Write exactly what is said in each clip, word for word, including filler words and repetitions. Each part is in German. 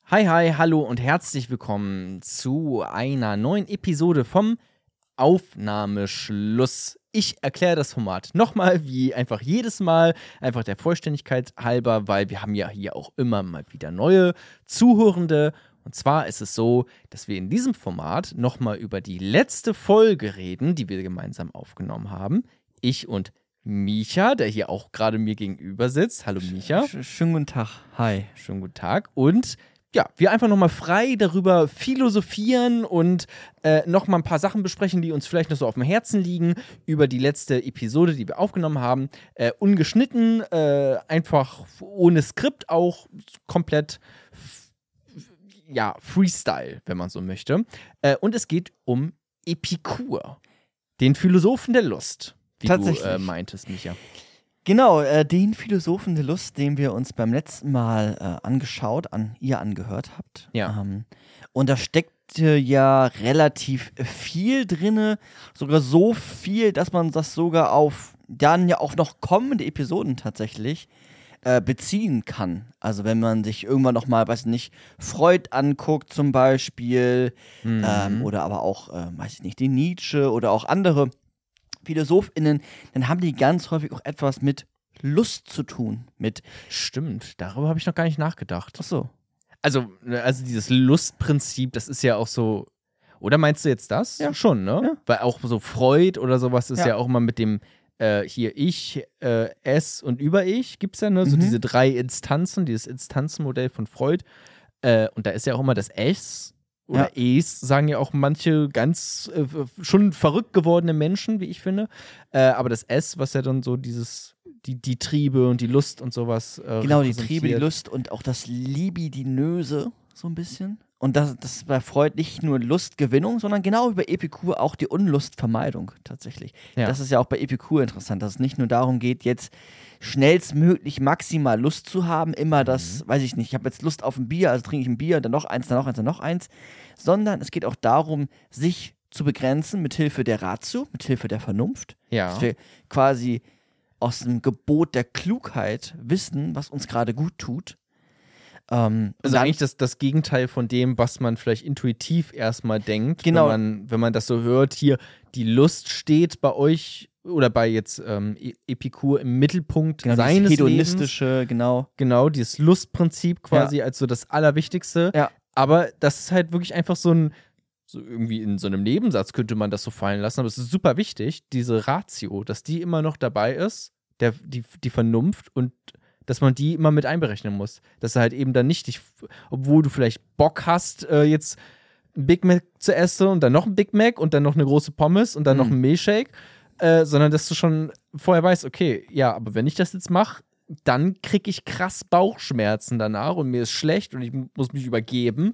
Hi, hi, hallo und herzlich willkommen zu einer neuen Episode vom Aufnahmeschluss. Ich erkläre das Format nochmal, wie einfach jedes Mal, einfach der Vollständigkeit halber, weil wir haben ja hier auch immer mal wieder neue Zuhörende. Und zwar ist es so, dass wir in diesem Format nochmal über die letzte Folge reden, die wir gemeinsam aufgenommen haben. Ich und Micha, der hier auch gerade mir gegenüber sitzt. Hallo Micha. Sch schönen guten Tag. Hi. Schönen guten Tag. Und ja, wir einfach nochmal frei darüber philosophieren und äh, nochmal ein paar Sachen besprechen, die uns vielleicht noch so auf dem Herzen liegen, über die letzte Episode, die wir aufgenommen haben. Äh, ungeschnitten, äh, einfach ohne Skript, auch komplett ja, Freestyle, wenn man so möchte. Äh, und es geht um Epikur, den Philosophen der Lust, wie du äh, meintest, Micha. Genau, äh, den Philosophen der Lust, den wir uns beim letzten Mal äh, angeschaut, an ihr angehört habt. Ja. Ähm, und da steckte ja relativ viel drinne, sogar so viel, dass man das sogar auf dann ja auch noch kommende Episoden tatsächlich äh, beziehen kann. Also wenn man sich irgendwann noch mal, weiß ich nicht, Freud anguckt zum Beispiel, Mhm. ähm, oder aber auch, äh, weiß ich nicht, die Nietzsche oder auch andere PhilosophInnen, dann haben die ganz häufig auch etwas mit Lust zu tun. Mit Stimmt, darüber habe ich noch gar nicht nachgedacht. Ach so. Also, ne, also dieses Lustprinzip, das ist ja auch so. Oder meinst du jetzt das? Ja. Schon, ne? Ja. Weil auch so Freud oder sowas ist ja, Ja. auch immer mit dem äh, hier Ich, äh, Es und Über-Ich gibt's ja, ne? So Mhm. diese drei Instanzen, dieses Instanzenmodell von Freud. Äh, und da ist ja auch immer das Es oder Es, sagen ja auch manche ganz äh, schon verrückt gewordene Menschen, wie ich finde. Äh, aber das Es, was ja dann so dieses, die, die Triebe und die Lust und sowas äh, Genau, die Triebe, die repräsentiert. Lust und auch das Libidinöse so ein bisschen. Und das, das ist bei Freud nicht nur Lustgewinnung, sondern genau wie bei Epikur auch die Unlustvermeidung tatsächlich. Ja. Das ist ja auch bei Epikur interessant, dass es nicht nur darum geht, jetzt schnellstmöglich maximal Lust zu haben, immer das, weiß ich nicht, ich habe jetzt Lust auf ein Bier, also trinke ich ein Bier, dann noch eins, dann noch eins, dann noch eins, sondern es geht auch darum, sich zu begrenzen mit Hilfe der Ratio, mit Hilfe der Vernunft, Ja. dass wir quasi aus dem Gebot der Klugheit wissen, was uns gerade gut tut. Ähm, Also dann- eigentlich das, das Gegenteil von dem, was man vielleicht intuitiv erstmal denkt, Genau. wenn man, wenn man das so hört, hier die Lust steht bei euch oder bei jetzt ähm, E- Epikur im Mittelpunkt genau, dieses seines Lebens. hedonistische, genau. Genau, dieses Lustprinzip quasi als so das Allerwichtigste. Ja. Aber das ist halt wirklich einfach so ein, so irgendwie in so einem Nebensatz könnte man das so fallen lassen, aber es ist super wichtig, diese Ratio, dass die immer noch dabei ist, der, die, die Vernunft und dass man die immer mit einberechnen muss. Dass du halt eben dann nicht dich, obwohl du vielleicht Bock hast, äh, jetzt ein Big Mac zu essen und dann noch ein Big Mac und dann noch eine große Pommes und dann Mhm. noch ein Milchshake, äh, sondern dass du schon vorher weißt, okay, ja, aber wenn ich das jetzt mache, dann kriege ich krass Bauchschmerzen danach und mir ist schlecht und ich m- muss mich übergeben.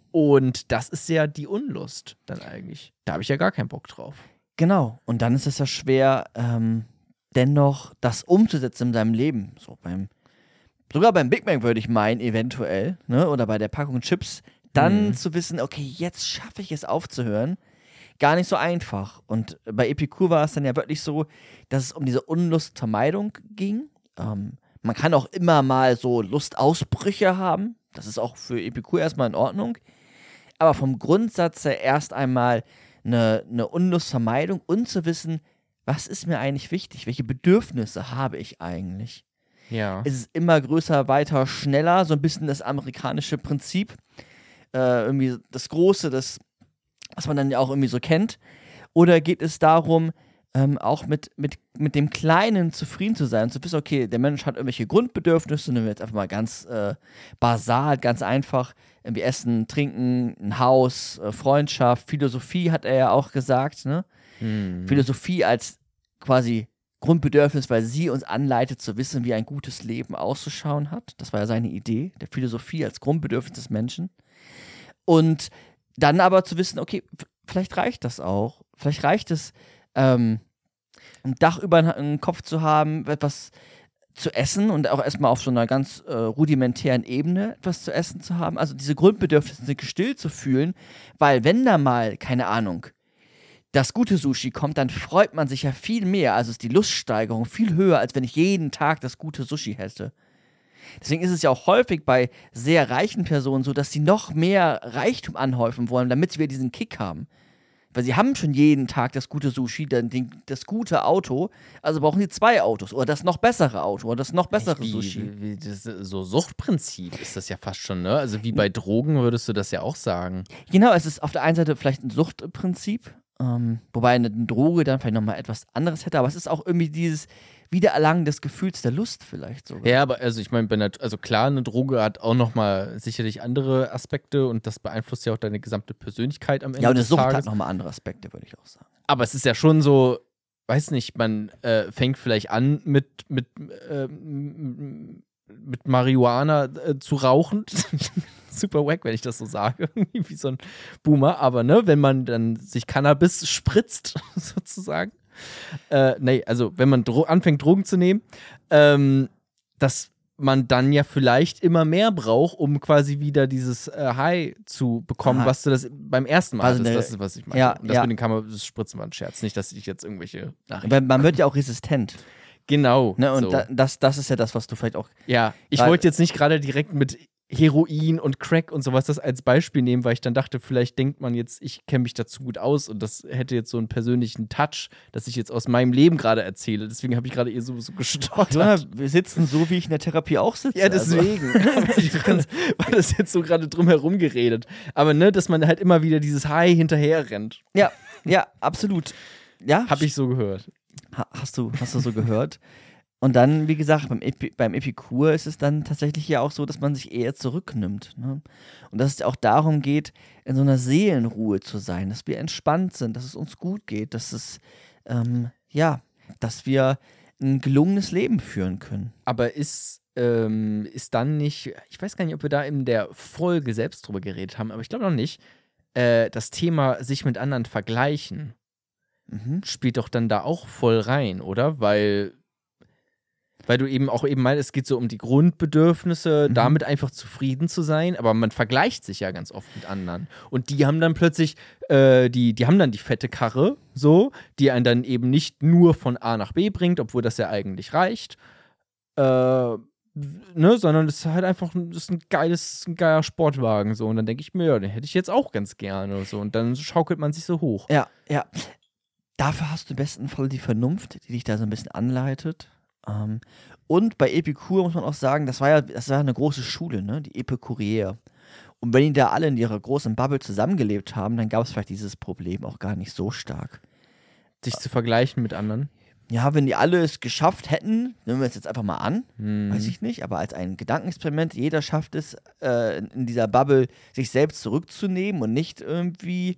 Und das ist ja die Unlust dann eigentlich. Da habe ich ja gar keinen Bock drauf. Genau. Und dann ist es ja schwer, ähm, dennoch das umzusetzen in seinem Leben. So beim, sogar beim Big Mac würde ich meinen, eventuell, ne? Oder bei der Packung Chips, dann Mhm. zu wissen, okay, jetzt schaffe ich es aufzuhören. Gar nicht so einfach. Und bei Epikur war es dann ja wirklich so, dass es um diese Unlustvermeidung ging. Ähm, man kann auch immer mal so Lustausbrüche haben. Das ist auch für Epikur erstmal in Ordnung. Aber vom Grundsatz her erst einmal eine, eine Unlustvermeidung und zu wissen, was ist mir eigentlich wichtig? Welche Bedürfnisse habe ich eigentlich? Ja. Ist es immer größer, weiter, schneller? So ein bisschen das amerikanische Prinzip. Äh, irgendwie das Große, das, was man dann ja auch irgendwie so kennt. Oder geht es darum, ähm, auch mit, mit, mit dem Kleinen zufrieden zu sein und zu wissen, okay, der Mensch hat irgendwelche Grundbedürfnisse, nehmen wir jetzt einfach mal ganz äh, basal, ganz einfach, irgendwie Essen, Trinken, ein Haus, äh, Freundschaft, Philosophie hat er ja auch gesagt, ne? Mhm. Philosophie als quasi Grundbedürfnis, weil sie uns anleitet zu wissen, wie ein gutes Leben auszuschauen hat. Das war ja seine Idee, der Philosophie als Grundbedürfnis des Menschen. Und dann aber zu wissen, okay, f- vielleicht reicht das auch. Vielleicht reicht es, ähm, ein Dach über den Kopf zu haben, etwas zu essen und auch erstmal auf so einer ganz äh, rudimentären Ebene etwas zu essen zu haben. Also diese Grundbedürfnisse gestillt zu fühlen, weil wenn da mal, keine Ahnung, das gute Sushi kommt, dann freut man sich ja viel mehr. Also ist die Luststeigerung viel höher, als wenn ich jeden Tag das gute Sushi hätte. Deswegen ist es ja auch häufig bei sehr reichen Personen so, dass sie noch mehr Reichtum anhäufen wollen, damit sie wieder diesen Kick haben. Weil sie haben schon jeden Tag das gute Sushi, dann den, das gute Auto, also brauchen sie zwei Autos oder das noch bessere Auto oder das noch bessere wie, Sushi. Wie, wie, das, so Suchtprinzip ist das ja fast schon, ne? Also wie bei Drogen würdest du das ja auch sagen. Genau, es ist auf der einen Seite vielleicht ein Suchtprinzip, ähm, wobei eine Droge dann vielleicht nochmal etwas anderes hätte, aber es ist auch irgendwie dieses Wiedererlangen des Gefühls der Lust vielleicht sogar. Ja, aber also ich meine, also klar, eine Droge hat auch nochmal sicherlich andere Aspekte und das beeinflusst ja auch deine gesamte Persönlichkeit am Ende Ja, und eine des Sucht Tages. hat nochmal andere Aspekte, würde ich auch sagen. Aber es ist ja schon so, weiß nicht, man äh, fängt vielleicht an mit, mit, äh, mit Marihuana äh, zu rauchen. Super wack, wenn ich das so sage, wie so ein Boomer. Aber ne, wenn man dann sich Cannabis spritzt, sozusagen, äh, nee, also wenn man Dro- anfängt, Drogen zu nehmen, ähm, dass man dann ja vielleicht immer mehr braucht, um quasi wieder dieses äh, High zu bekommen, Aha. was du das beim ersten Mal Also hattest. eine- Das ist, was ich meine. ja, Und das ja. mit den Cannabis-Spritzen war ein Scherz. Nicht, dass ich jetzt irgendwelche Nachrichten... Weil man wird ja auch resistent. Genau. Ne? Und so. da, das, das ist ja das, was du vielleicht auch. Ja, ich Weil- wollte jetzt nicht gerade direkt mit Heroin und Crack und sowas das als Beispiel nehmen, weil ich dann dachte, vielleicht denkt man jetzt, ich kenne mich dazu gut aus und das hätte jetzt so einen persönlichen Touch, dass ich jetzt aus meinem Leben gerade erzähle. Deswegen habe ich gerade eher so, so gestottert. Ja, wir sitzen so, wie ich in der Therapie auch sitze. Ja, deswegen. ich fand, war das jetzt so gerade drum herum geredet. Aber ne, dass man halt immer wieder dieses High hinterher rennt. Also, ja, ja, absolut. Ja, Habe ich so gehört. ha, hast du, hast du so gehört. Und dann, wie gesagt, beim, Epi, beim Epikur ist es dann tatsächlich ja auch so, dass man sich eher zurücknimmt. Ne? Und dass es auch darum geht, in so einer Seelenruhe zu sein, dass wir entspannt sind, dass es uns gut geht, dass es, ähm, ja, dass wir ein gelungenes Leben führen können. Aber ist, ähm, ist dann nicht, ich weiß gar nicht, ob wir da in der Folge selbst drüber geredet haben, aber ich glaube noch nicht, äh, das Thema sich mit anderen vergleichen Mhm. spielt doch dann da auch voll rein, oder? Weil, weil du eben auch eben meinst, es geht so um die Grundbedürfnisse, Mhm. damit einfach zufrieden zu sein, aber man vergleicht sich ja ganz oft mit anderen. Und die haben dann plötzlich, äh, die, die haben dann die fette Karre, so, die einen dann eben nicht nur von A nach B bringt, obwohl das ja eigentlich reicht, äh, ne, sondern es ist halt einfach ein, das ist ein geiles, ein geiler Sportwagen, so. Und dann denke ich mir, ja, den hätte ich jetzt auch ganz gerne, so. Und dann schaukelt man sich so hoch. Ja, ja. Dafür hast du im besten Fall die Vernunft, die dich da so ein bisschen anleitet. Ähm, und bei Epikur muss man auch sagen, das war ja, das war eine große Schule, ne? Die Epikureer. Und wenn die da alle in ihrer großen Bubble zusammengelebt haben, dann gab es vielleicht dieses Problem auch gar nicht so stark. Sich zu vergleichen mit anderen. Ja, wenn die alle es geschafft hätten, nehmen wir es jetzt einfach mal an, Hm. weiß ich nicht, aber als ein Gedankenexperiment, jeder schafft es, äh, in, in dieser Bubble sich selbst zurückzunehmen und nicht irgendwie,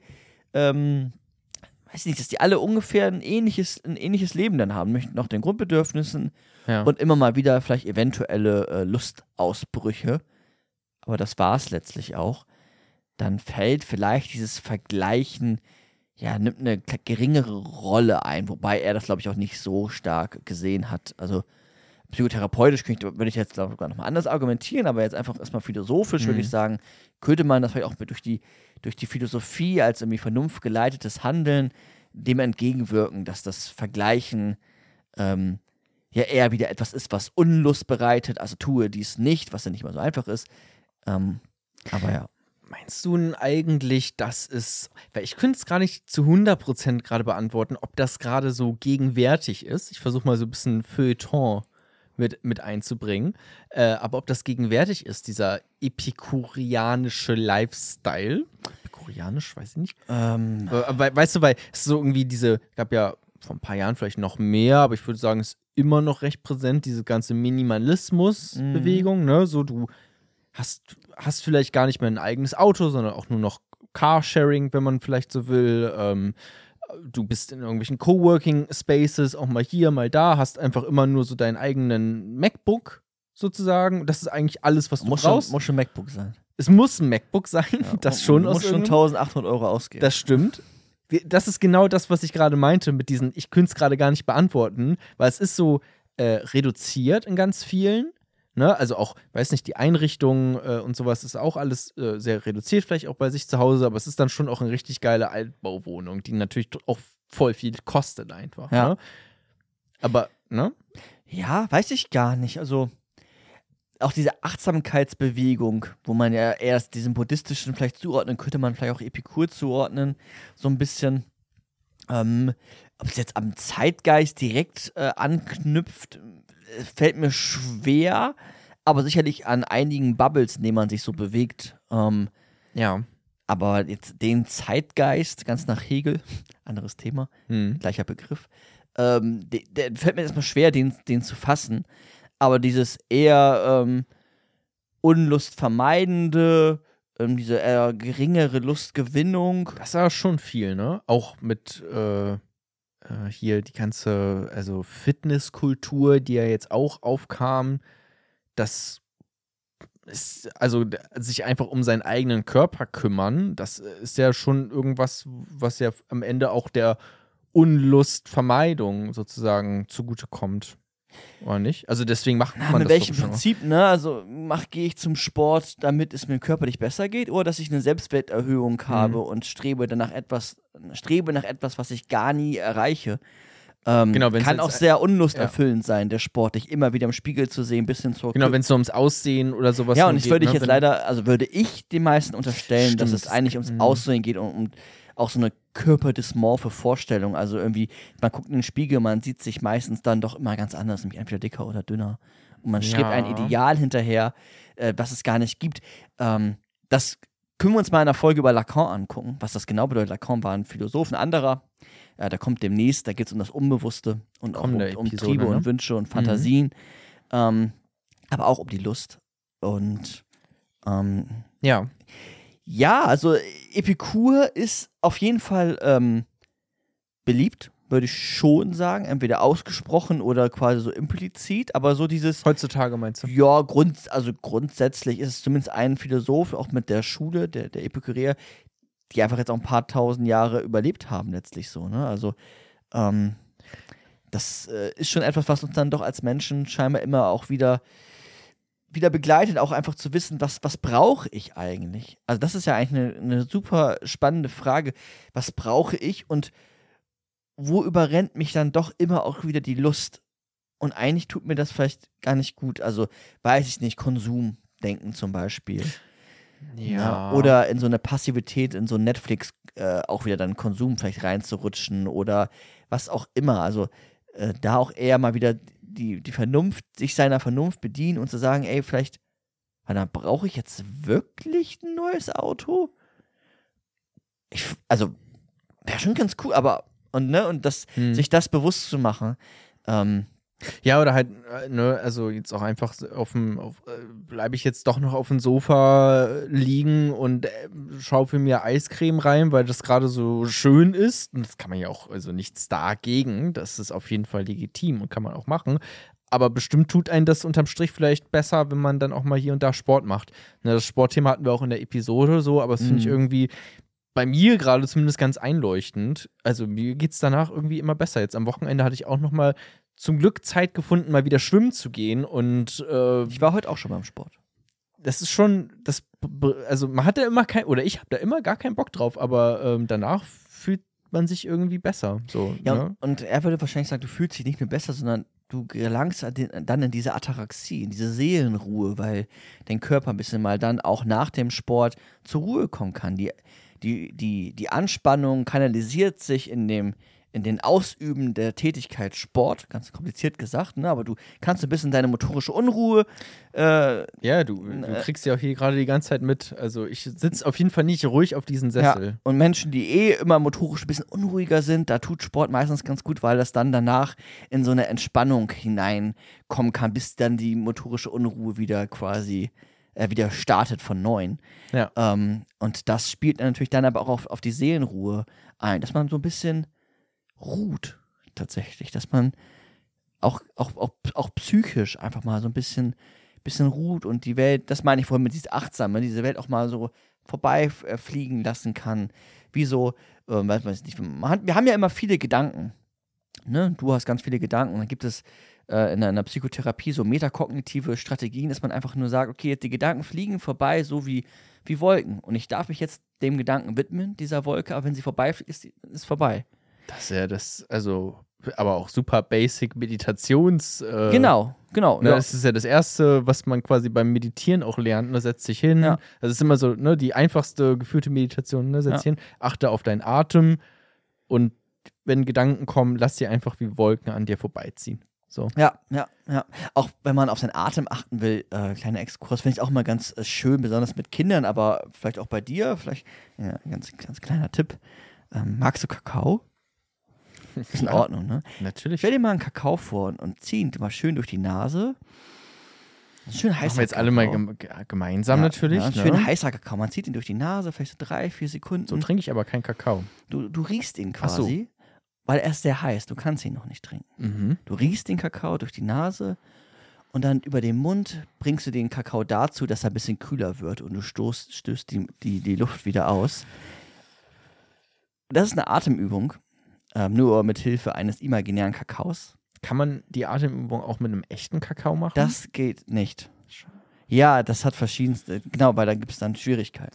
ähm, weiß nicht, dass die alle ungefähr ein ähnliches, ein ähnliches Leben dann haben möchten, nach den Grundbedürfnissen Ja. und immer mal wieder vielleicht eventuelle äh, Lustausbrüche. Aber das war es letztlich auch. Dann fällt vielleicht dieses Vergleichen, ja, nimmt eine kle- geringere Rolle ein, wobei er das, glaube ich, auch nicht so stark gesehen hat. Also psychotherapeutisch könnte, würde ich jetzt, glaube ich, nochmal anders argumentieren, aber jetzt einfach erstmal philosophisch würde Mhm. ich sagen, könnte man das vielleicht auch mit durch die, durch die Philosophie als irgendwie vernunftgeleitetes Handeln dem entgegenwirken, dass das Vergleichen ähm, ja eher wieder etwas ist, was Unlust bereitet, also tue dies nicht, was ja nicht mal so einfach ist. Ähm, aber ja. Meinst du denn eigentlich, dass es, weil ich könnte es gar nicht zu hundert Prozent gerade beantworten, ob das gerade so gegenwärtig ist. Ich versuche mal so ein bisschen Feuilleton mit, mit einzubringen. Äh, aber ob das gegenwärtig ist, dieser epikurianische Lifestyle. Epikurianisch, weiß ich nicht. Ähm, Äh, aber weißt du, weil es so irgendwie diese, gab ja vor ein paar Jahren vielleicht noch mehr, aber ich würde sagen, es ist immer noch recht präsent, diese ganze Minimalismus-Bewegung, ne? So, du hast, hast vielleicht gar nicht mehr ein eigenes Auto, sondern auch nur noch Carsharing, wenn man vielleicht so will. Ähm, du bist in irgendwelchen Coworking-Spaces, auch mal hier, mal da, hast einfach immer nur so deinen eigenen MacBook sozusagen. Das ist eigentlich alles, was du muss, schon, brauchst. muss schon MacBook sein. Es muss ein MacBook sein, das schon Du aus musst schon irgendeinem- eintausendachthundert Euro ausgeben. Das stimmt. Wir- Das ist genau das, was ich gerade meinte mit diesen, ich könnte es gerade gar nicht beantworten, weil es ist so äh, reduziert in ganz vielen. Ne? Also auch, weiß nicht, die Einrichtung äh, und sowas ist auch alles äh, sehr reduziert, vielleicht auch bei sich zu Hause, aber es ist dann schon auch eine richtig geile Altbauwohnung, die natürlich auch voll viel kostet einfach. Ja. Ne? Aber, ne? Ja, weiß ich gar nicht. Also, auch diese Achtsamkeitsbewegung, wo man ja erst diesem buddhistischen vielleicht zuordnen könnte, man vielleicht auch Epikur zuordnen, so ein bisschen. Ähm, ob es jetzt am Zeitgeist direkt äh, anknüpft, äh, fällt mir schwer, aber sicherlich an einigen Bubbles, in denen man sich so bewegt. Ähm, Ja. aber jetzt den Zeitgeist, ganz nach Hegel, anderes Thema, Hm. gleicher Begriff, ähm, der, der fällt mir erstmal schwer, den, den zu fassen. Aber dieses eher ähm, unlustvermeidende, ähm, diese eher geringere Lustgewinnung. Das ist ja schon viel, ne? Auch mit äh, äh, hier die ganze, also Fitnesskultur, die ja jetzt auch aufkam, das ist, also d- sich einfach um seinen eigenen Körper kümmern, das ist ja schon irgendwas, was ja am Ende auch der Unlustvermeidung sozusagen zugutekommt. Oder nicht? Also deswegen macht Na, man mit das welchem doch schon. Prinzip, ne? Also mach, gehe ich zum Sport, damit es mir körperlich besser geht, oder dass ich eine Selbstwerterhöhung habe Mhm. und strebe dann nach etwas, strebe nach etwas, was ich gar nie erreiche. Ähm, Genau, wenn's kann jetzt- auch sehr unlusterfüllend sein, der Sport, dich immer wieder im Spiegel zu sehen, bis hin zur Genau, wenn es so ums Aussehen oder sowas Ja, nur und ich geht, würde ich ne? jetzt Wenn- leider, also würde ich den meisten unterstellen, dass Stimmt, es eigentlich das- ums mhm. Aussehen geht und um auch so eine körperdysmorphe Vorstellung. Also irgendwie, man guckt in den Spiegel, man sieht sich meistens dann doch immer ganz anders, nämlich entweder dicker oder dünner. Und man strebt Ja. ein Ideal hinterher, äh, was es gar nicht gibt. Ähm, das können wir uns mal in einer Folge über Lacan angucken, was das genau bedeutet. Lacan war ein Philosoph, ein anderer. Äh, der kommt demnächst, da geht es um das Unbewusste und auch um, Kommende um Episode, Triebe ne? und Wünsche und Fantasien. Ähm, aber auch um die Lust. Und ähm, Ja. ja, also Epikur ist auf jeden Fall ähm, beliebt, würde ich schon sagen. Entweder ausgesprochen oder quasi so implizit, aber so dieses, Heutzutage meinst du? ja, Grund, also grundsätzlich ist es zumindest ein Philosoph, auch mit der Schule, der, der Epikureer, die einfach jetzt auch ein paar tausend Jahre überlebt haben, letztlich so, ne? Also, ähm, das äh, ist schon etwas, was uns dann doch als Menschen scheinbar immer auch wieder wieder begleitet, auch einfach zu wissen, was, was brauche ich eigentlich? Also das ist ja eigentlich eine, eine super spannende Frage. Was brauche ich und wo überrennt mich dann doch immer auch wieder die Lust? Und eigentlich tut mir das vielleicht gar nicht gut. Also weiß ich nicht, Konsumdenken zum Beispiel. Ja, oder in so eine Passivität, in so Netflix äh, auch wieder dann Konsum vielleicht reinzurutschen oder was auch immer. Also äh, da auch eher mal wieder die, die Vernunft, sich seiner Vernunft bedienen und zu sagen, ey, vielleicht, dann brauche ich jetzt wirklich ein neues Auto? Ich, also, wäre schon ganz cool, aber, und ne, und das, Hm. sich das bewusst zu machen, ähm, Ja, oder halt, äh, ne, also jetzt auch einfach so auf dem, auf, äh, bleibe ich jetzt doch noch auf dem Sofa liegen und äh, schaufel mir Eiscreme rein, weil das gerade so schön ist. Und das kann man ja auch, also nichts dagegen. Das ist auf jeden Fall legitim und kann man auch machen. Aber bestimmt tut einen das unterm Strich vielleicht besser, wenn man dann auch mal hier und da Sport macht. Ne, das Sportthema hatten wir auch in der Episode so, aber das finde ich Mhm. irgendwie bei mir gerade zumindest ganz einleuchtend. Also mir geht's danach irgendwie immer besser. Jetzt am Wochenende hatte ich auch noch mal zum Glück Zeit gefunden, mal wieder schwimmen zu gehen. Und äh, ich war heute auch schon beim Sport. das ist schon, das, also man hat da immer kein, oder ich habe da immer gar keinen Bock drauf, aber ähm, danach fühlt man sich irgendwie besser. So, Ja, ne? und, und er würde wahrscheinlich sagen, du fühlst dich nicht mehr besser, sondern du gelangst an den, dann in diese Ataraxie, in diese Seelenruhe, weil dein Körper ein bisschen mal dann auch nach dem Sport zur Ruhe kommen kann. Die, die, die, die Anspannung kanalisiert sich in dem in den Ausüben der Tätigkeit Sport, ganz kompliziert gesagt, ne? Aber du kannst ein bisschen deine motorische Unruhe äh, Ja, du, du kriegst ja auch hier gerade die ganze Zeit mit. Also ich sitze auf jeden Fall nicht ruhig auf diesen Sessel. Ja, und Menschen, die eh immer motorisch ein bisschen unruhiger sind, da tut Sport meistens ganz gut, weil das dann danach in so eine Entspannung hineinkommen kann, bis dann die motorische Unruhe wieder quasi äh, wieder startet von neuem. Ja. Ähm, und das spielt natürlich dann aber auch auf, auf die Seelenruhe ein, dass man so ein bisschen ruht tatsächlich, dass man auch, auch, auch, auch psychisch einfach mal so ein bisschen, bisschen ruht und die Welt, das meine ich vorhin mit dieses Achtsame, diese Welt auch mal so vorbeifliegen lassen kann. Wie so, äh, weiß man nicht, man hat, wir haben ja immer viele Gedanken. Ne? Du hast ganz viele Gedanken. Und dann gibt es äh, in einer Psychotherapie so metakognitive Strategien, dass man einfach nur sagt, okay, jetzt die Gedanken fliegen vorbei, so wie, wie Wolken. Und ich darf mich jetzt dem Gedanken widmen, dieser Wolke, aber wenn sie vorbei fliegt, ist es vorbei. Das ist ja das, also, aber auch super basic Meditations. Äh, Genau. genau. Ne, Ja. Das ist ja das Erste, was man quasi beim Meditieren auch lernt. Ne? Setz dich hin. Ja. Das ist immer so ne, die einfachste geführte Meditation. Ne? Setz dich Ja. hin, achte auf deinen Atem und wenn Gedanken kommen, lass sie einfach wie Wolken an dir vorbeiziehen. So. Ja, ja, ja. Auch wenn man auf seinen Atem achten will, äh, kleiner Exkurs, finde ich auch mal ganz äh, schön, besonders mit Kindern, aber vielleicht auch bei dir, vielleicht ja, ganz, ganz kleiner Tipp. Ähm, magst du Kakao? Ist in Ordnung, ne? Natürlich. Stell dir mal einen Kakao vor und, und zieh ihn mal schön durch die Nase. Schön heißer Machen wir jetzt Kakao. alle mal gem gemeinsam ja, natürlich. Ja, ne? schön heißer Kakao. Man zieht ihn durch die Nase, vielleicht so drei, vier Sekunden. So trinke ich aber keinen Kakao. Du, du riechst ihn Ach so. quasi, weil er ist sehr heiß. Du kannst ihn noch nicht trinken. Mhm. Du riechst den Kakao durch die Nase und dann über den Mund bringst du den Kakao dazu, dass er ein bisschen kühler wird und du stoßt, stößt die, die, die Luft wieder aus. Das ist eine Atemübung, ähm, nur mit Hilfe eines imaginären Kakaos. Kann man die Atemübung auch mit einem echten Kakao machen? Das geht nicht. Ja, das hat verschiedenste, genau, weil da gibt es dann Schwierigkeiten.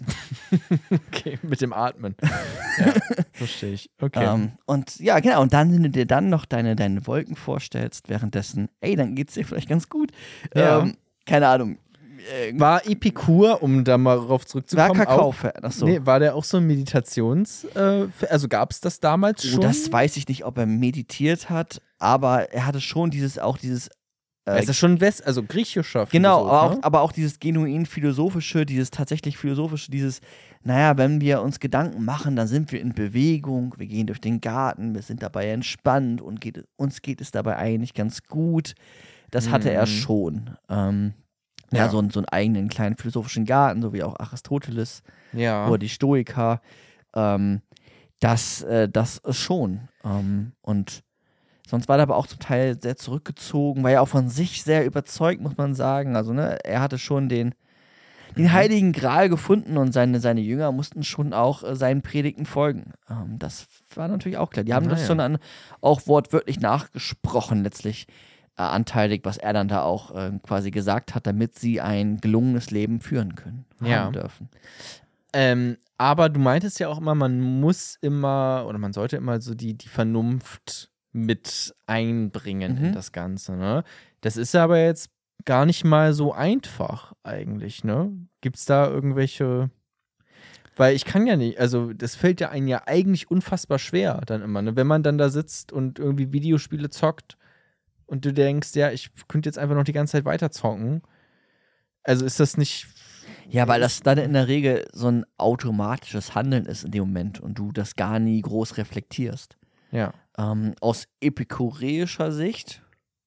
Okay, mit dem Atmen. Ja, verstehe ich. Okay. Ähm, und ja, genau, und dann, wenn du dir dann noch deine, deine Wolken vorstellst, währenddessen, ey, dann geht's dir vielleicht ganz gut. Ja. Ähm, keine Ahnung. Äh, War Epikur, um da mal drauf war zurückzukommen, Kakao, auch, ach so. nee, war der auch so ein Meditations, äh, also gab es das damals Oh, schon? das weiß ich nicht, ob er meditiert hat, aber er hatte schon dieses, auch dieses äh, ist das schon West, also griechischer Genau, Philosoph, aber auch, ne? aber auch dieses genuin philosophische, dieses tatsächlich philosophische, dieses, naja, wenn wir uns Gedanken machen, dann sind wir in Bewegung, wir gehen durch den Garten, wir sind dabei entspannt und geht, uns geht es dabei eigentlich ganz gut. Das hatte er Mhm. schon. Ähm, ja, Ja. so, einen- so einen eigenen kleinen philosophischen Garten, so wie auch Aristoteles Ja. oder die Stoiker. Ähm, das, äh, das schon. Ähm, und sonst war er aber auch zum Teil sehr zurückgezogen, war ja auch von sich sehr überzeugt, muss man sagen. Also, ne, er hatte schon den, den Mhm. heiligen Gral gefunden und seine, seine Jünger mussten schon auch äh, seinen Predigten folgen. Ähm, das war natürlich auch klar. Die haben Na das ja. schon an, auch wortwörtlich nachgesprochen, letztlich äh, anteilig, was er dann da auch äh, quasi gesagt hat, damit sie ein gelungenes Leben führen können, Ja. haben dürfen. Ähm, aber du meintest ja auch immer, man muss immer oder man sollte immer so die, die Vernunft mit einbringen Mhm. in das Ganze, ne? Das ist aber jetzt gar nicht mal so einfach eigentlich, ne? Gibt's da irgendwelche, weil ich kann ja nicht, also das fällt ja einem ja eigentlich unfassbar schwer dann immer, ne? Wenn man dann da sitzt und irgendwie Videospiele zockt und du denkst, ja, ich könnte jetzt einfach noch die ganze Zeit weiter zocken. Also ist das nicht. Ja, weil das dann in der Regel so ein automatisches Handeln ist in dem Moment und du das gar nie groß reflektierst. Ja. Ähm, aus epikureischer Sicht,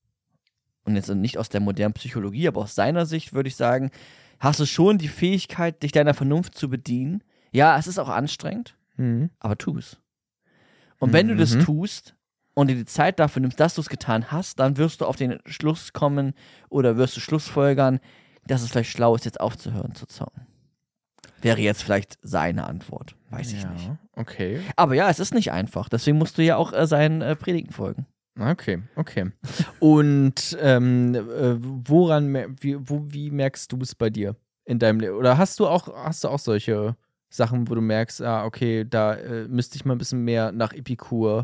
und jetzt nicht aus der modernen Psychologie, aber aus seiner Sicht würde ich sagen, hast du schon die Fähigkeit, dich deiner Vernunft zu bedienen. Ja, es ist auch anstrengend, Mhm. aber tu es. Und wenn du das Mhm. tust und dir die Zeit dafür nimmst, dass du es getan hast, dann wirst du auf den Schluss kommen oder wirst du schlussfolgern, dass es vielleicht schlau ist, jetzt aufzuhören zu zocken. Wäre jetzt vielleicht seine Antwort. Weiß ich ja, nicht. Okay. Aber ja, es ist nicht einfach. Deswegen musst du ja auch äh, seinen äh, Predigten folgen. Okay, okay. Und ähm, äh, woran, mer- wie, wo, wie merkst du es bei dir in deinem Leben? Oder hast du auch, hast du auch solche Sachen, wo du merkst, ah, okay, da äh, müsste ich mal ein bisschen mehr nach Epikur,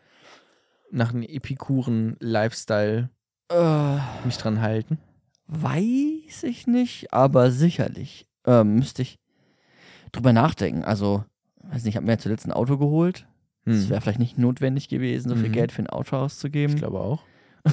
nach einem Epikuren-Lifestyle Äh, mich dran halten? weiß ich nicht, aber sicherlich ähm, müsste ich drüber nachdenken. Also, weiß nicht, ich habe mir zuletzt ein Auto geholt. Es Hm. wäre vielleicht nicht notwendig gewesen, so viel Mhm. Geld für ein Auto auszugeben. Ich glaube auch.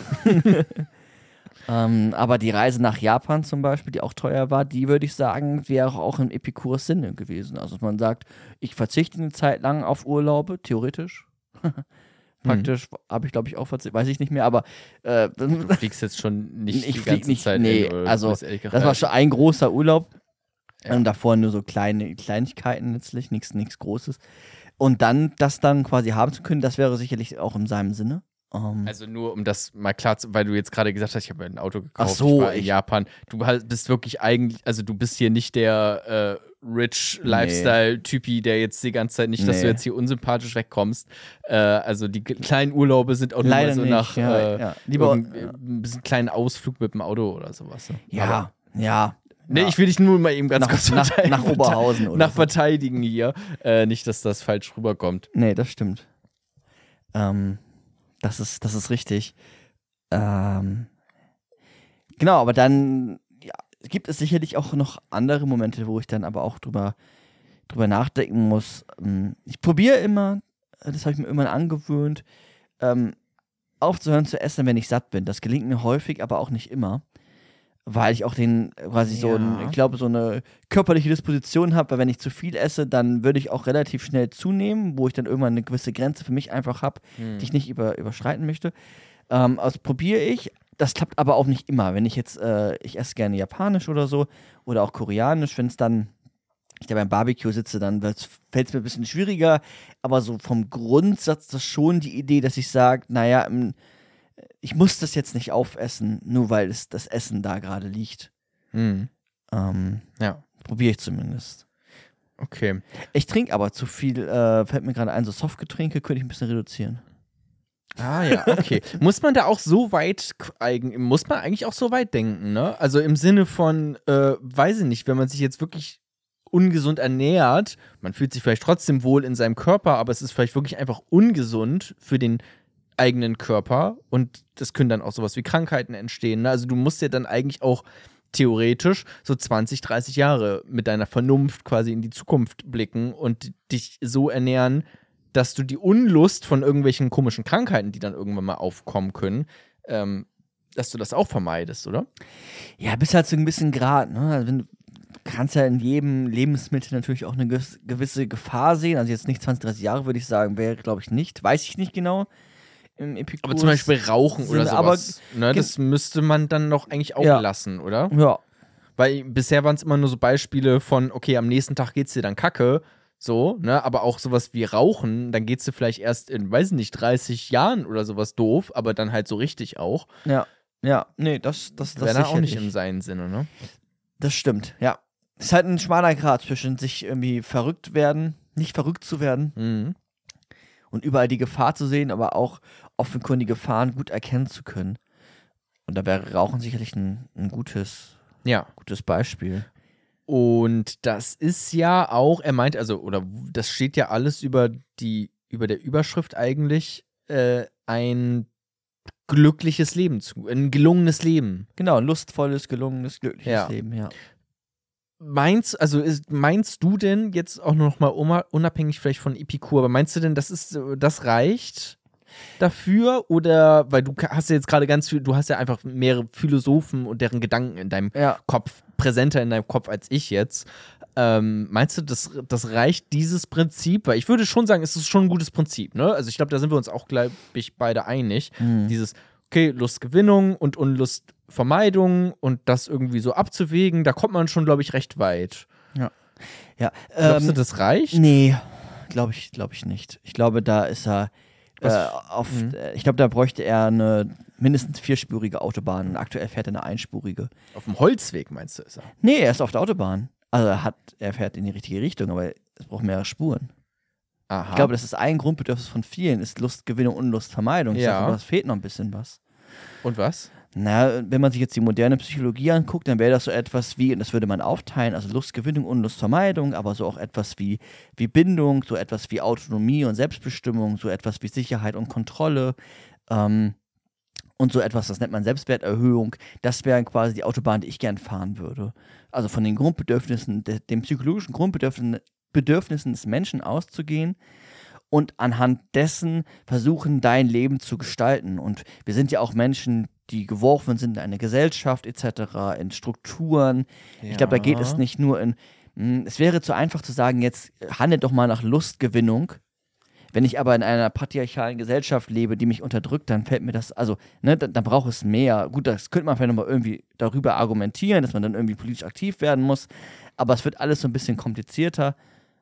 Ähm, aber die Reise nach Japan zum Beispiel, die auch teuer war, die würde ich sagen, wäre auch im Epikurs Sinne gewesen. Also dass man sagt, ich verzichte eine Zeit lang auf Urlaube, theoretisch. Praktisch habe ich, glaube ich, auch verzichtet, weiß ich nicht mehr, aber äh, Du fliegst jetzt schon nicht Ich die flieg ganze nicht- Zeit nee, hin, oder? also, Du bist ehrlich das war gesagt- schon ein großer Urlaub. Ja. Und davor nur so kleine Kleinigkeiten letztlich, nichts nichts Großes. Und dann das dann quasi haben zu können, das wäre sicherlich auch in seinem Sinne. Ähm, Also nur um das mal klar zu, weil du jetzt gerade gesagt hast, ich habe mir ein Auto gekauft, Ach so, ich war in ich- Japan. Du halt- bist wirklich eigentlich, also du bist hier nicht der äh, rich Lifestyle-Typi, der jetzt die ganze Zeit nicht, dass du Nee. jetzt hier unsympathisch wegkommst. Äh, also die ge- kleinen Urlaube sind auch leider nur so nicht. nach ja, äh, ja. Lieber, irgend- ein bisschen kleinen Ausflug mit dem Auto oder sowas. Ne? ja, Aber, ja. nee, ja. ich will dich nur mal eben ganz nach, kurz nach, verteidigen- nach Oberhausen oder nach so. verteidigen hier. Äh, nicht, dass das falsch rüberkommt. Nee, das stimmt. Ähm, das ist, das ist richtig. Ähm, Genau, aber dann ja, gibt es sicherlich auch noch andere Momente, wo ich dann aber auch drüber, drüber nachdenken muss. Ich probiere immer, das habe ich mir irgendwann angewöhnt, ähm, aufzuhören zu essen, wenn ich satt bin. Das gelingt mir häufig, aber auch nicht immer. Weil ich auch den quasi ja. so, ein, ich glaube, so eine körperliche Disposition habe, weil wenn ich zu viel esse, dann würde ich auch relativ schnell zunehmen, wo ich dann irgendwann eine gewisse Grenze für mich einfach habe, hm. die ich nicht über, überschreiten möchte. Ähm, also probiere ich. Das klappt aber auch nicht immer. Wenn ich jetzt, äh, ich esse gerne japanisch oder so oder auch koreanisch, wenn es dann, ich da beim Barbecue sitze, dann fällt es mir ein bisschen schwieriger. Aber so vom Grundsatz das schon die Idee, dass ich sage, naja, ich muss das jetzt nicht aufessen, nur weil es, das Essen da gerade liegt. Mhm. Ähm, ja. Probiere ich zumindest. Okay. Ich trinke aber zu viel, äh, fällt mir gerade ein, so Softgetränke könnte ich ein bisschen reduzieren. Ah ja, okay. Muss man da auch so weit, muss man eigentlich auch so weit denken, ne? Also im Sinne von, äh, weiß ich nicht, wenn man sich jetzt wirklich ungesund ernährt, man fühlt sich vielleicht trotzdem wohl in seinem Körper, aber es ist vielleicht wirklich einfach ungesund für den eigenen Körper und das können dann auch sowas wie Krankheiten entstehen, ne? Also du musst ja dann eigentlich auch theoretisch so zwanzig, dreißig Jahre mit deiner Vernunft quasi in die Zukunft blicken und dich so ernähren, dass du die Unlust von irgendwelchen komischen Krankheiten, die dann irgendwann mal aufkommen können, ähm, dass du das auch vermeidest, oder? Ja, bis halt zu einem gewissen Grad, ne? Also wenn du kannst ja in jedem Lebensmittel natürlich auch eine gewisse Gefahr sehen. Also jetzt nicht zwanzig, dreißig Jahre, würde ich sagen, wäre, glaube ich, nicht. Weiß ich nicht genau. Im Epikurs aber zum Beispiel Rauchen Sinne, oder sowas, aber, ne, das müsste man dann noch eigentlich auch ja. lassen, oder? Ja. Weil bisher waren es immer nur so Beispiele von, okay, am nächsten Tag geht's dir dann kacke, so, ne, aber auch sowas wie Rauchen, dann geht's dir vielleicht erst in, weiß ich nicht, dreißig Jahren oder sowas doof, aber dann halt so richtig auch. Ja, ja, nee, das, das, das wäre dann auch nicht in seinem Sinne, ne? Das stimmt, ja. Ist halt ein schmaler Grat zwischen sich irgendwie verrückt werden, nicht verrückt zu werden mhm. und überall die Gefahr zu sehen, aber auch offenkundige Gefahren gut erkennen zu können. Und da wäre Rauchen sicherlich ein, ein gutes, ja. gutes Beispiel. Und das ist ja auch, er meint, also, oder das steht ja alles über die, über der Überschrift eigentlich, äh, ein glückliches Leben zu, ein gelungenes Leben. Genau, ein lustvolles, gelungenes, glückliches ja. Leben, ja. Meinst, also ist, meinst du denn jetzt auch noch mal unabhängig vielleicht von Epikur, aber meinst du denn, das ist, das reicht dafür? Oder, weil du hast ja jetzt gerade ganz viel, du hast ja einfach mehrere Philosophen und deren Gedanken in deinem ja. Kopf, präsenter in deinem Kopf als ich jetzt. Ähm, meinst du, das, das reicht, dieses Prinzip? Weil ich würde schon sagen, es ist schon ein gutes Prinzip, ne? Also ich glaube, da sind wir uns auch, glaube ich, beide einig. Mhm. Dieses, okay, Lustgewinnung und Unlustvermeidung und das irgendwie so abzuwägen, da kommt man schon, glaube ich, recht weit. Ja. ja Glaubst ähm, du, das reicht? Nee, glaube ich, glaube ich nicht. Ich glaube, da ist er äh, auf, mhm. äh, ich glaube, da bräuchte er eine mindestens vierspurige Autobahn und aktuell fährt er eine einspurige. Auf dem Holzweg, meinst du, ist er? Nee, er ist auf der Autobahn. Also er, hat, er fährt in die richtige Richtung, aber es braucht mehrere Spuren. Aha. Ich glaube, das ist ein Grundbedürfnis von vielen, ist Lustgewinnung und Lustvermeidung. Ich ja. sage, aber es fehlt noch ein bisschen was. Und was? Na, wenn man sich jetzt die moderne Psychologie anguckt, dann wäre das so etwas wie, und das würde man aufteilen, also Lustgewinnung und Lustvermeidung, aber so auch etwas wie, wie Bindung, so etwas wie Autonomie und Selbstbestimmung, so etwas wie Sicherheit und Kontrolle, ähm, und so etwas, das nennt man Selbstwerterhöhung. Das wäre quasi die Autobahn, die ich gern fahren würde. Also von den Grundbedürfnissen, de, den psychologischen Grundbedürfnissen Bedürfnissen des Menschen auszugehen und anhand dessen versuchen, dein Leben zu gestalten. Und wir sind ja auch Menschen, die geworfen sind in eine Gesellschaft et cetera, in Strukturen. Ja. Ich glaube, da geht es nicht nur in, mh, es wäre zu einfach zu sagen, jetzt handelt doch mal nach Lustgewinnung. Wenn ich aber in einer patriarchalen Gesellschaft lebe, die mich unterdrückt, dann fällt mir das, also, ne, dann, dann braucht es mehr. Gut, das könnte man vielleicht nochmal irgendwie darüber argumentieren, dass man dann irgendwie politisch aktiv werden muss, aber es wird alles so ein bisschen komplizierter.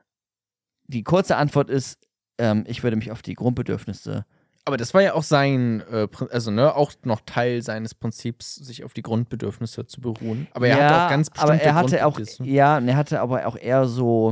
Die kurze Antwort ist, ähm, ich würde mich auf die Grundbedürfnisse. Aber das war ja auch sein, äh, also ne, auch noch Teil seines Prinzips, sich auf die Grundbedürfnisse zu beruhen. Aber er ja, hat auch ganz bestimmte aber er hatte auch, Grundbedürfnisse. ja, er hatte aber auch eher so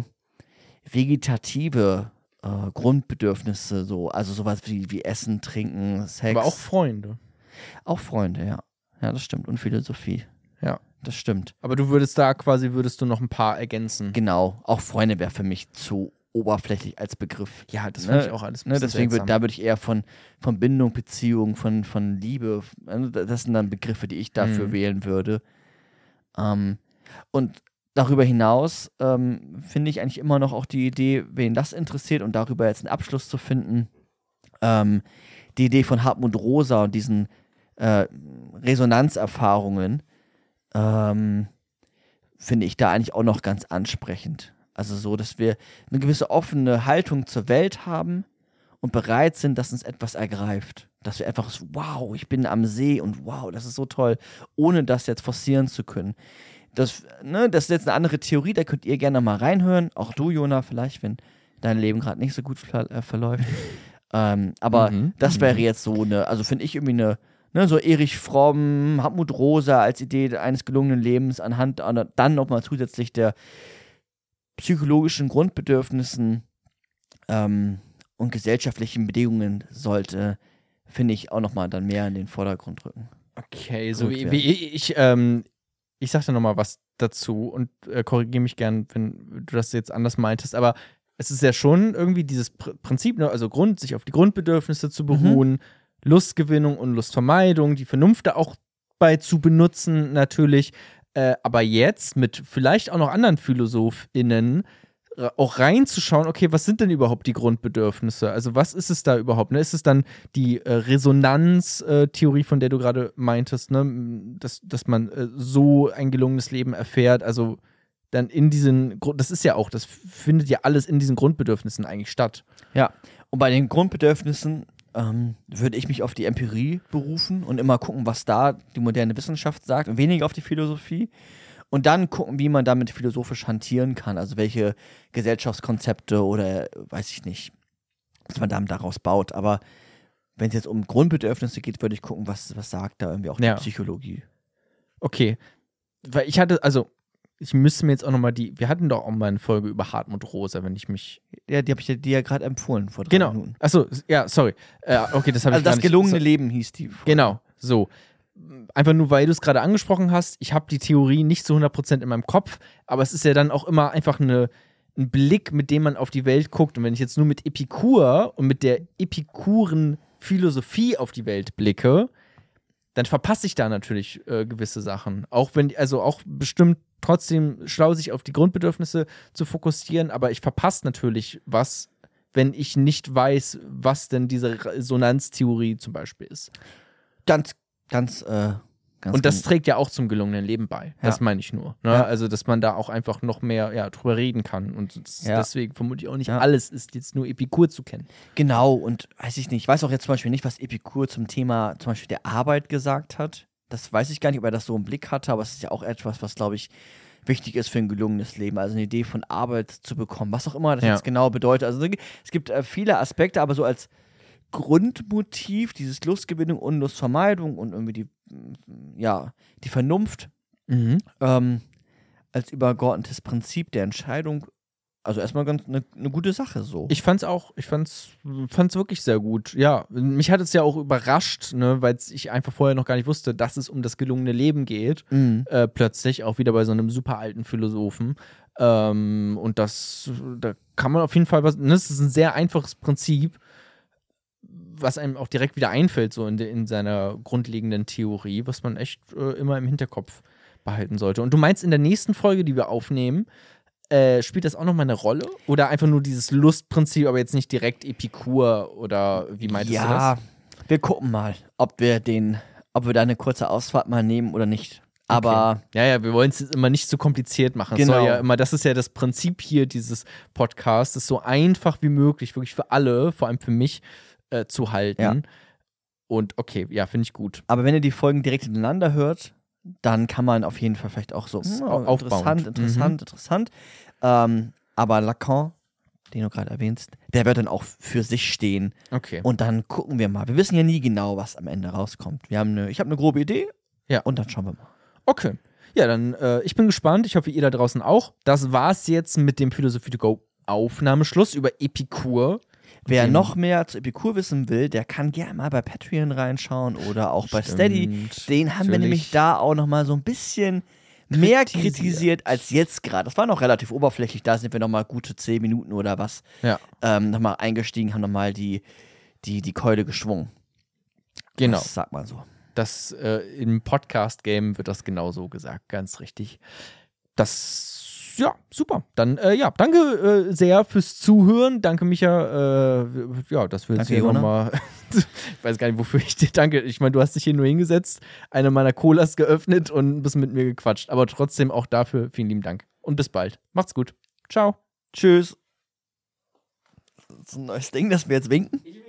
vegetative äh, Grundbedürfnisse, so, also sowas wie, wie Essen, Trinken, Sex. Aber auch Freunde. Auch Freunde, ja. Ja, das stimmt. Und Philosophie. Ja. Das stimmt. Aber du würdest da quasi, würdest du noch ein paar ergänzen. Genau. Auch Freunde wäre für mich zu oberflächlich als Begriff. Ja, das fand ne? ich auch alles ein ne? bisschen Deswegen seltsam. würd, da würde ich eher von, von Bindung, Beziehung, von, von Liebe, also das sind dann Begriffe, die ich dafür Mhm. wählen würde. Ähm, und darüber hinaus ähm, finde ich eigentlich immer noch auch die Idee, wen das interessiert und darüber jetzt einen Abschluss zu finden, ähm, die Idee von Hartmut Rosa und diesen äh, Resonanzerfahrungen ähm, finde ich da eigentlich auch noch ganz ansprechend. Also so, dass wir eine gewisse offene Haltung zur Welt haben und bereit sind, dass uns etwas ergreift. Dass wir einfach so, wow, ich bin am See und wow, das ist so toll, ohne das jetzt forcieren zu können. Das, ne, das ist jetzt eine andere Theorie, da könnt ihr gerne mal reinhören. Auch du, Jona, vielleicht, wenn dein Leben gerade nicht so gut ver äh, verläuft. ähm, aber Mhm. das wäre Mhm. jetzt so eine, also finde ich irgendwie eine, ne, so Erich Fromm, Hartmut Rosa als Idee eines gelungenen Lebens anhand, an, dann nochmal zusätzlich der psychologischen Grundbedürfnissen ähm, und gesellschaftlichen Bedingungen sollte, finde ich, auch nochmal dann mehr in den Vordergrund rücken. Okay, so Gut wie, werden. wie ich, ähm, ich sag da nochmal was dazu und äh, korrigiere mich gern, wenn du das jetzt anders meintest, aber es ist ja schon irgendwie dieses Pr Prinzip, ne? Also Grund, sich auf die Grundbedürfnisse zu beruhen, Lustgewinnung und Lustvermeidung, die Vernunft da auch bei zu benutzen natürlich, äh, aber jetzt mit vielleicht auch noch anderen PhilosophInnen ra- auch reinzuschauen, okay, was sind denn überhaupt die Grundbedürfnisse? Also was ist es da überhaupt? Ne? Ist es dann die äh, Resonanztheorie, von der du gerade meintest, ne? dass, dass man äh, so ein gelungenes Leben erfährt? Also dann in diesen, Grund- das ist ja auch, das findet ja alles in diesen Grundbedürfnissen eigentlich statt. Ja, und bei den Grundbedürfnissen ähm, würde ich mich auf die Empirie berufen und immer gucken, was da die moderne Wissenschaft sagt und weniger auf die Philosophie. Und dann gucken, wie man damit philosophisch hantieren kann. Also welche Gesellschaftskonzepte oder weiß ich nicht, was man damit daraus baut. Aber wenn es jetzt um Grundbedürfnisse geht, würde ich gucken, was, was sagt da irgendwie auch die Ja. Psychologie. Okay. Weil ich hatte, also, ich müsste mir jetzt auch nochmal die, wir hatten doch auch mal eine Folge über Hartmut Rosa, wenn ich mich. Ja, die habe ich dir die ja gerade empfohlen vor drei Genau. Minuten. Achso, ja, sorry. Äh, okay, das habe Also ich gar das nicht. gelungene so, Leben hieß die. Folge. Genau, so. Einfach nur, weil du es gerade angesprochen hast, ich habe die Theorie nicht zu hundert Prozent in meinem Kopf, aber es ist ja dann auch immer einfach eine, ein Blick, mit dem man auf die Welt guckt. Und wenn ich jetzt nur mit Epikur und mit der Epikuren-Philosophie auf die Welt blicke, dann verpasse ich da natürlich äh, gewisse Sachen. Auch wenn, also auch bestimmt trotzdem schlau, sich auf die Grundbedürfnisse zu fokussieren, aber ich verpasse natürlich was, wenn ich nicht weiß, was denn diese Resonanztheorie zum Beispiel ist. Ganz, ganz, äh, ganz Und das genau. trägt ja auch zum gelungenen Leben bei. Das Ja. meine ich nur. Ne? Ja. Also, dass man da auch einfach noch mehr ja, drüber reden kann. Und das, Ja. deswegen vermute ich auch nicht, Ja. alles ist jetzt nur Epikur zu kennen. Genau, und weiß ich nicht, ich weiß auch jetzt zum Beispiel nicht, was Epikur zum Thema zum Beispiel der Arbeit gesagt hat. Das weiß ich gar nicht, ob er das so im Blick hatte, aber es ist ja auch etwas, was, glaube ich, wichtig ist für ein gelungenes Leben. Also eine Idee von Arbeit zu bekommen, was auch immer das Ja. jetzt genau bedeutet. Also es gibt äh, viele Aspekte, aber so als Grundmotiv, dieses Lustgewinnung und Lustvermeidung und irgendwie die, mm, ja, die Vernunft Mhm. ähm, als übergeordnetes Prinzip der Entscheidung, also erstmal ganz eine ne gute Sache so. Ich fand's auch, ich fand's, fand's wirklich sehr gut. Ja, mich hat es ja auch überrascht, ne, weil ich einfach vorher noch gar nicht wusste, dass es um das gelungene Leben geht. Mhm. Äh, plötzlich auch wieder bei so einem super alten Philosophen. Ähm, und das, da kann man auf jeden Fall was, ne, das ist ein sehr einfaches Prinzip, was einem auch direkt wieder einfällt, so in, de, in seiner grundlegenden Theorie, was man echt äh, immer im Hinterkopf behalten sollte. Und du meinst, in der nächsten Folge, die wir aufnehmen, äh, spielt das auch nochmal eine Rolle? Oder einfach nur dieses Lustprinzip, aber jetzt nicht direkt Epikur oder wie meintest ja, du das? wir gucken mal, ob wir den, ob wir da eine kurze Ausfahrt mal nehmen oder nicht. Aber Okay. Ja, ja, wir wollen es jetzt immer nicht zu kompliziert machen. Genau. Es soll ja immer, das ist ja das Prinzip hier dieses Podcasts, es so einfach wie möglich, wirklich für alle, vor allem für mich, äh, zu halten. Ja. Und okay, ja, finde ich gut. Aber wenn ihr die Folgen direkt hintereinander hört, dann kann man auf jeden Fall vielleicht auch so ist hm, au- aufbauend. interessant, interessant, interessant. Ähm, aber Lacan, den du gerade erwähnst, der wird dann auch für sich stehen. Okay. Und dann gucken wir mal. Wir wissen ja nie genau, was am Ende rauskommt. Wir haben eine, ich habe eine grobe Idee. Ja. Und dann schauen wir mal. Okay. Ja, dann, äh, ich bin gespannt. Ich hoffe, ihr da draußen auch. Das war's jetzt mit dem Philosophie to go Aufnahmeschluss über Epikur. Wer Dem- noch mehr zu Epikur wissen will, der kann gerne mal bei Patreon reinschauen oder auch bei Steady. Stimmt, Den haben wir natürlich. nämlich da auch noch mal so ein bisschen mehr kritisiert als jetzt gerade. Das war noch relativ oberflächlich, da sind wir nochmal gute zehn Minuten oder was Ja. ähm, nochmal eingestiegen, haben nochmal die, die, die Keule geschwungen. Genau. Das sagt man so. Das äh, im Podcast-Game wird das genauso gesagt, ganz richtig. Das, ja, super. Dann, äh, ja, danke äh, sehr fürs Zuhören. Danke, Micha. Äh, ja, das wir jetzt Danke, hier Jona. nochmal. Ich weiß gar nicht, wofür ich dir danke. Ich meine, du hast dich hier nur hingesetzt, eine meiner Colas geöffnet und ein bisschen mit mir gequatscht. Aber trotzdem auch dafür vielen lieben Dank. Und bis bald. Macht's gut. Ciao. Tschüss. Das ist ein neues Ding, dass wir jetzt winken.